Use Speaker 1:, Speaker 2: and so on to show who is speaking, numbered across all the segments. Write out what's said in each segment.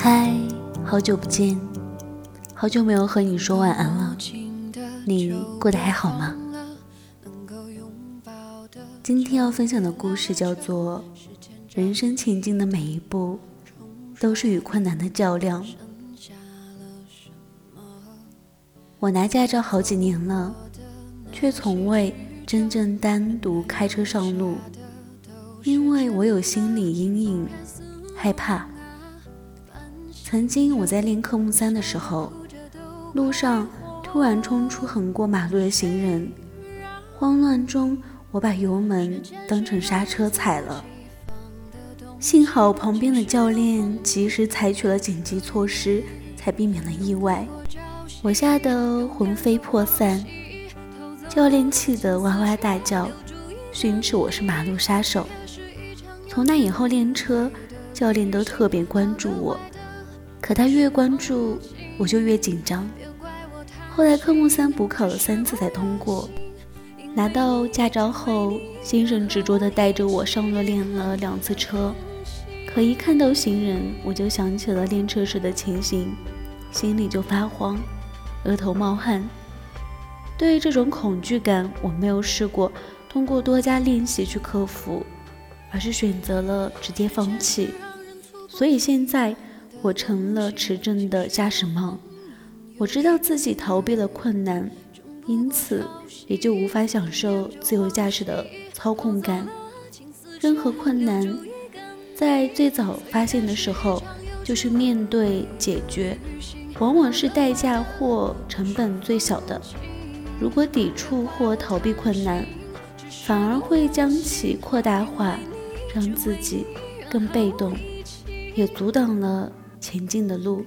Speaker 1: 嗨，好久不见，好久没有和你说晚安了，你过得还好吗？今天要分享的故事叫做人生前进的每一步都是与困难的较量。我拿驾照好几年了，却从未真正单独开车上路，因为我有心理阴影，害怕。曾经我在练科目3的时候，路上突然冲出横过马路的行人，慌乱中我把油门当成刹车踩了，幸好旁边的教练及时采取了紧急措施，才避免了意外。我吓得魂飞魄散，教练气得哇哇大叫，训斥我是马路杀手。从那以后练车，教练都特别关注我，可他越关注我就越紧张。后来科目3补考了3次才通过，拿到驾照后，先生执着地带着我上路练了2次车，可一看到行人，我就想起了练车时的情形，心里就发慌，额头冒汗。对于这种恐惧感，我没有试过通过多加练习去克服，而是选择了直接放弃。所以现在我成了持证的驾驶盲，我知道自己逃避了困难，因此也就无法享受自由驾驶的操控感。任何困难在最早发现的时候就是面对解决，往往是代价或成本最小的。如果抵触或逃避困难，反而会将其扩大化，让自己更被动，也阻挡了前进的路。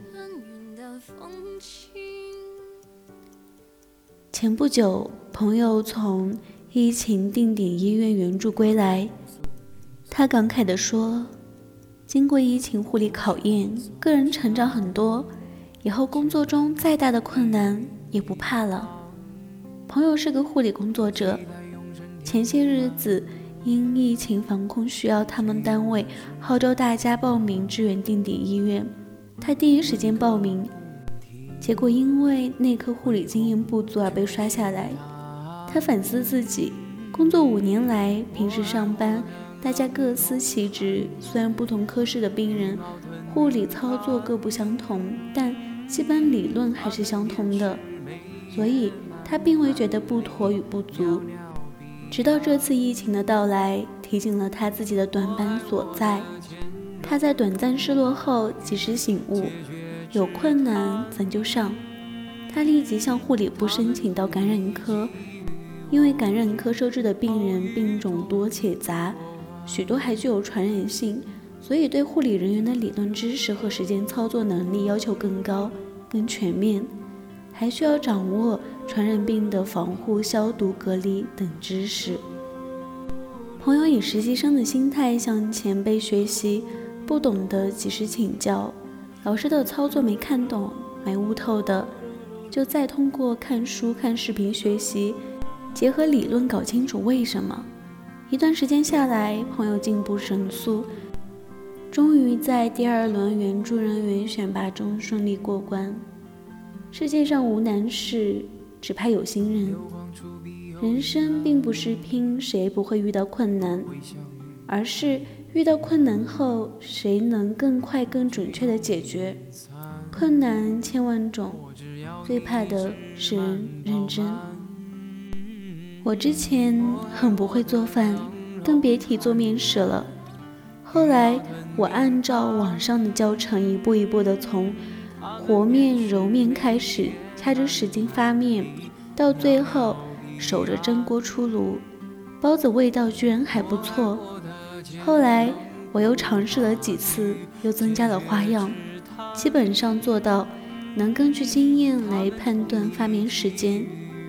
Speaker 1: 前不久，朋友从疫情定点医院援助归来，他感慨地说，经过疫情护理考验，个人成长很多，以后工作中再大的困难也不怕了。朋友是个护理工作者，前些日子因疫情防控需要，他们单位号召大家报名支援定点医院，他第一时间报名，结果因为内科护理经验不足而被刷下来。他反思自己工作5年来，平时上班大家各司其职，虽然不同科室的病人护理操作各不相同，但基本理论还是相同的，所以他并未觉得不妥与不足。直到这次疫情的到来，提醒了他自己的短板所在。他在短暂失落后及时醒悟，有困难咱就上。他立即向护理部申请到感染科，因为感染科收治的病人病种多且杂，许多还具有传染性，所以对护理人员的理论知识和实践操作能力要求更高、更全面，还需要掌握传染病的防护、消毒、隔离等知识。朋友以实习生的心态向前辈学习，不懂得及时请教，老师的操作没看懂、没悟透的，就再通过看书、看视频学习，结合理论搞清楚为什么。一段时间下来，朋友进步神速，终于在第2轮援助人员选拔中顺利过关。世界上无难事，只怕有心人。人生并不是拼谁不会遇到困难，而是遇到困难后谁能更快更准确地解决。困难千万种，最怕的是人认真。我之前很不会做饭，更别提做面食了。后来我按照网上的教程一步一步地从和面揉面开始，掐着使劲发面，到最后守着蒸锅出炉，包子味道居然还不错。后来我又尝试了几次，又增加了花样，基本上做到能根据经验来判断发面时间。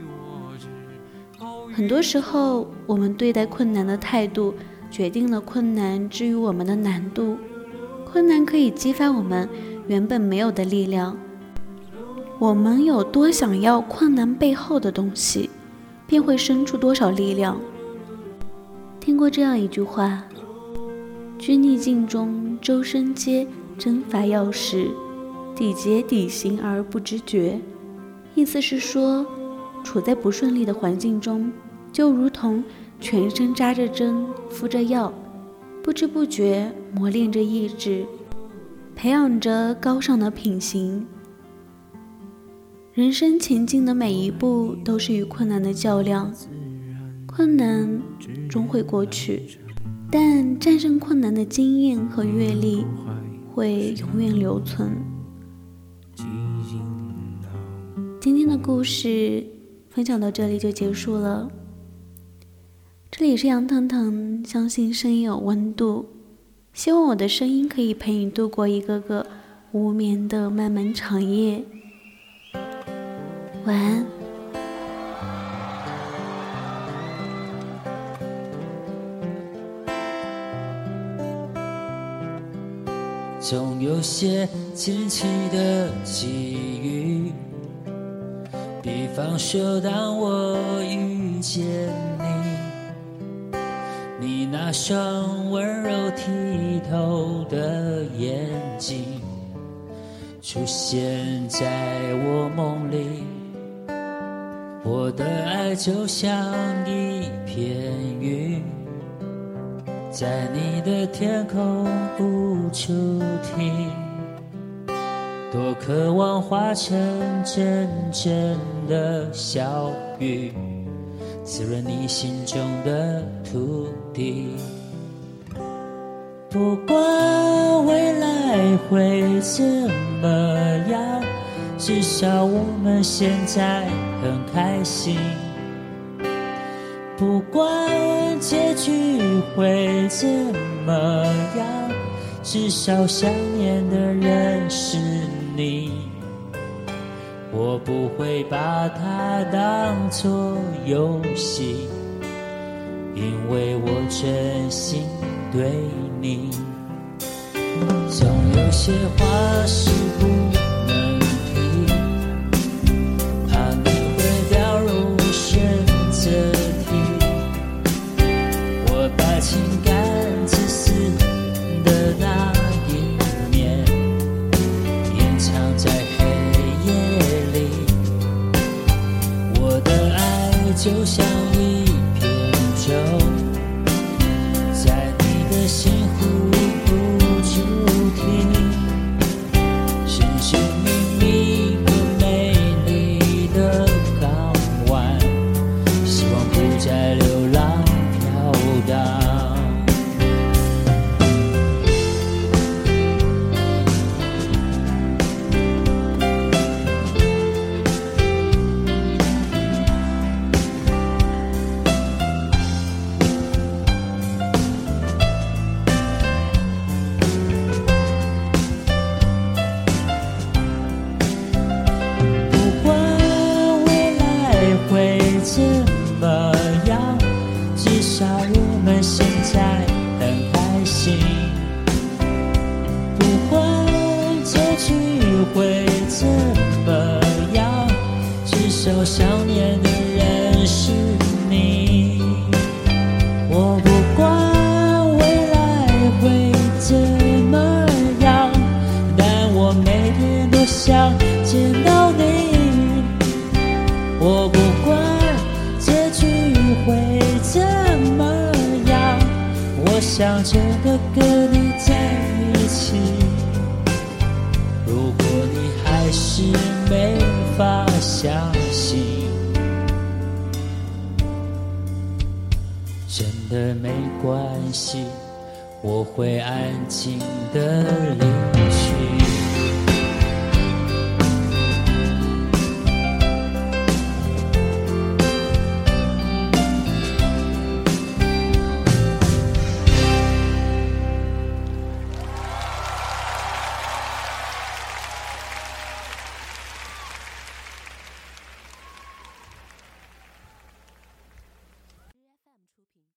Speaker 1: 很多时候，我们对待困难的态度决定了困难之于我们的难度。困难可以激发我们原本没有的力量，我们有多想要困难背后的东西，便会生出多少力量。听过这样一句话，居逆境中，周身皆针法要使，底节底行而不知觉。意思是说，处在不顺利的环境中，就如同全身扎着针，敷着药，不知不觉磨练着意志，培养着高尚的品行。人生前进的每一步都是与困难的较量，困难终会过去，但战胜困难的经验和阅历会永远留存。今天的故事分享到这里就结束了。这里是杨腾腾，相信声音有温度，希望我的声音可以陪你度过一个个无眠的漫漫长夜。晚安。
Speaker 2: 总有些惊奇的际遇，比方说当我遇见你，你那双温柔剔透的眼睛出现在我梦里，我的爱就像一片云，在你的天空无处停，多渴望化成阵阵的小雨，滋润你心中的土地。不管未来会怎么样，至少我们现在很开心。不管结局会怎么样，至少想念的人是你。我不会把它当作游戏，因为我真心对你。总有些话是不能提，怕你会掉入选择题。我把情感自私的那一面掩藏在黑夜里，我的爱就像一片舟，在你的心湖不住停，寻寻觅觅个美丽的港湾，希望不再流浪飘荡。怎么样？至少我们现在很开心。不管结局会怎么样，至少想念的人是你。我不管未来会怎么样，但我每天都想见到你。我不管会怎么样，我想真的跟你在一起。如果你还是没法相信，真的没关系，我会安静的离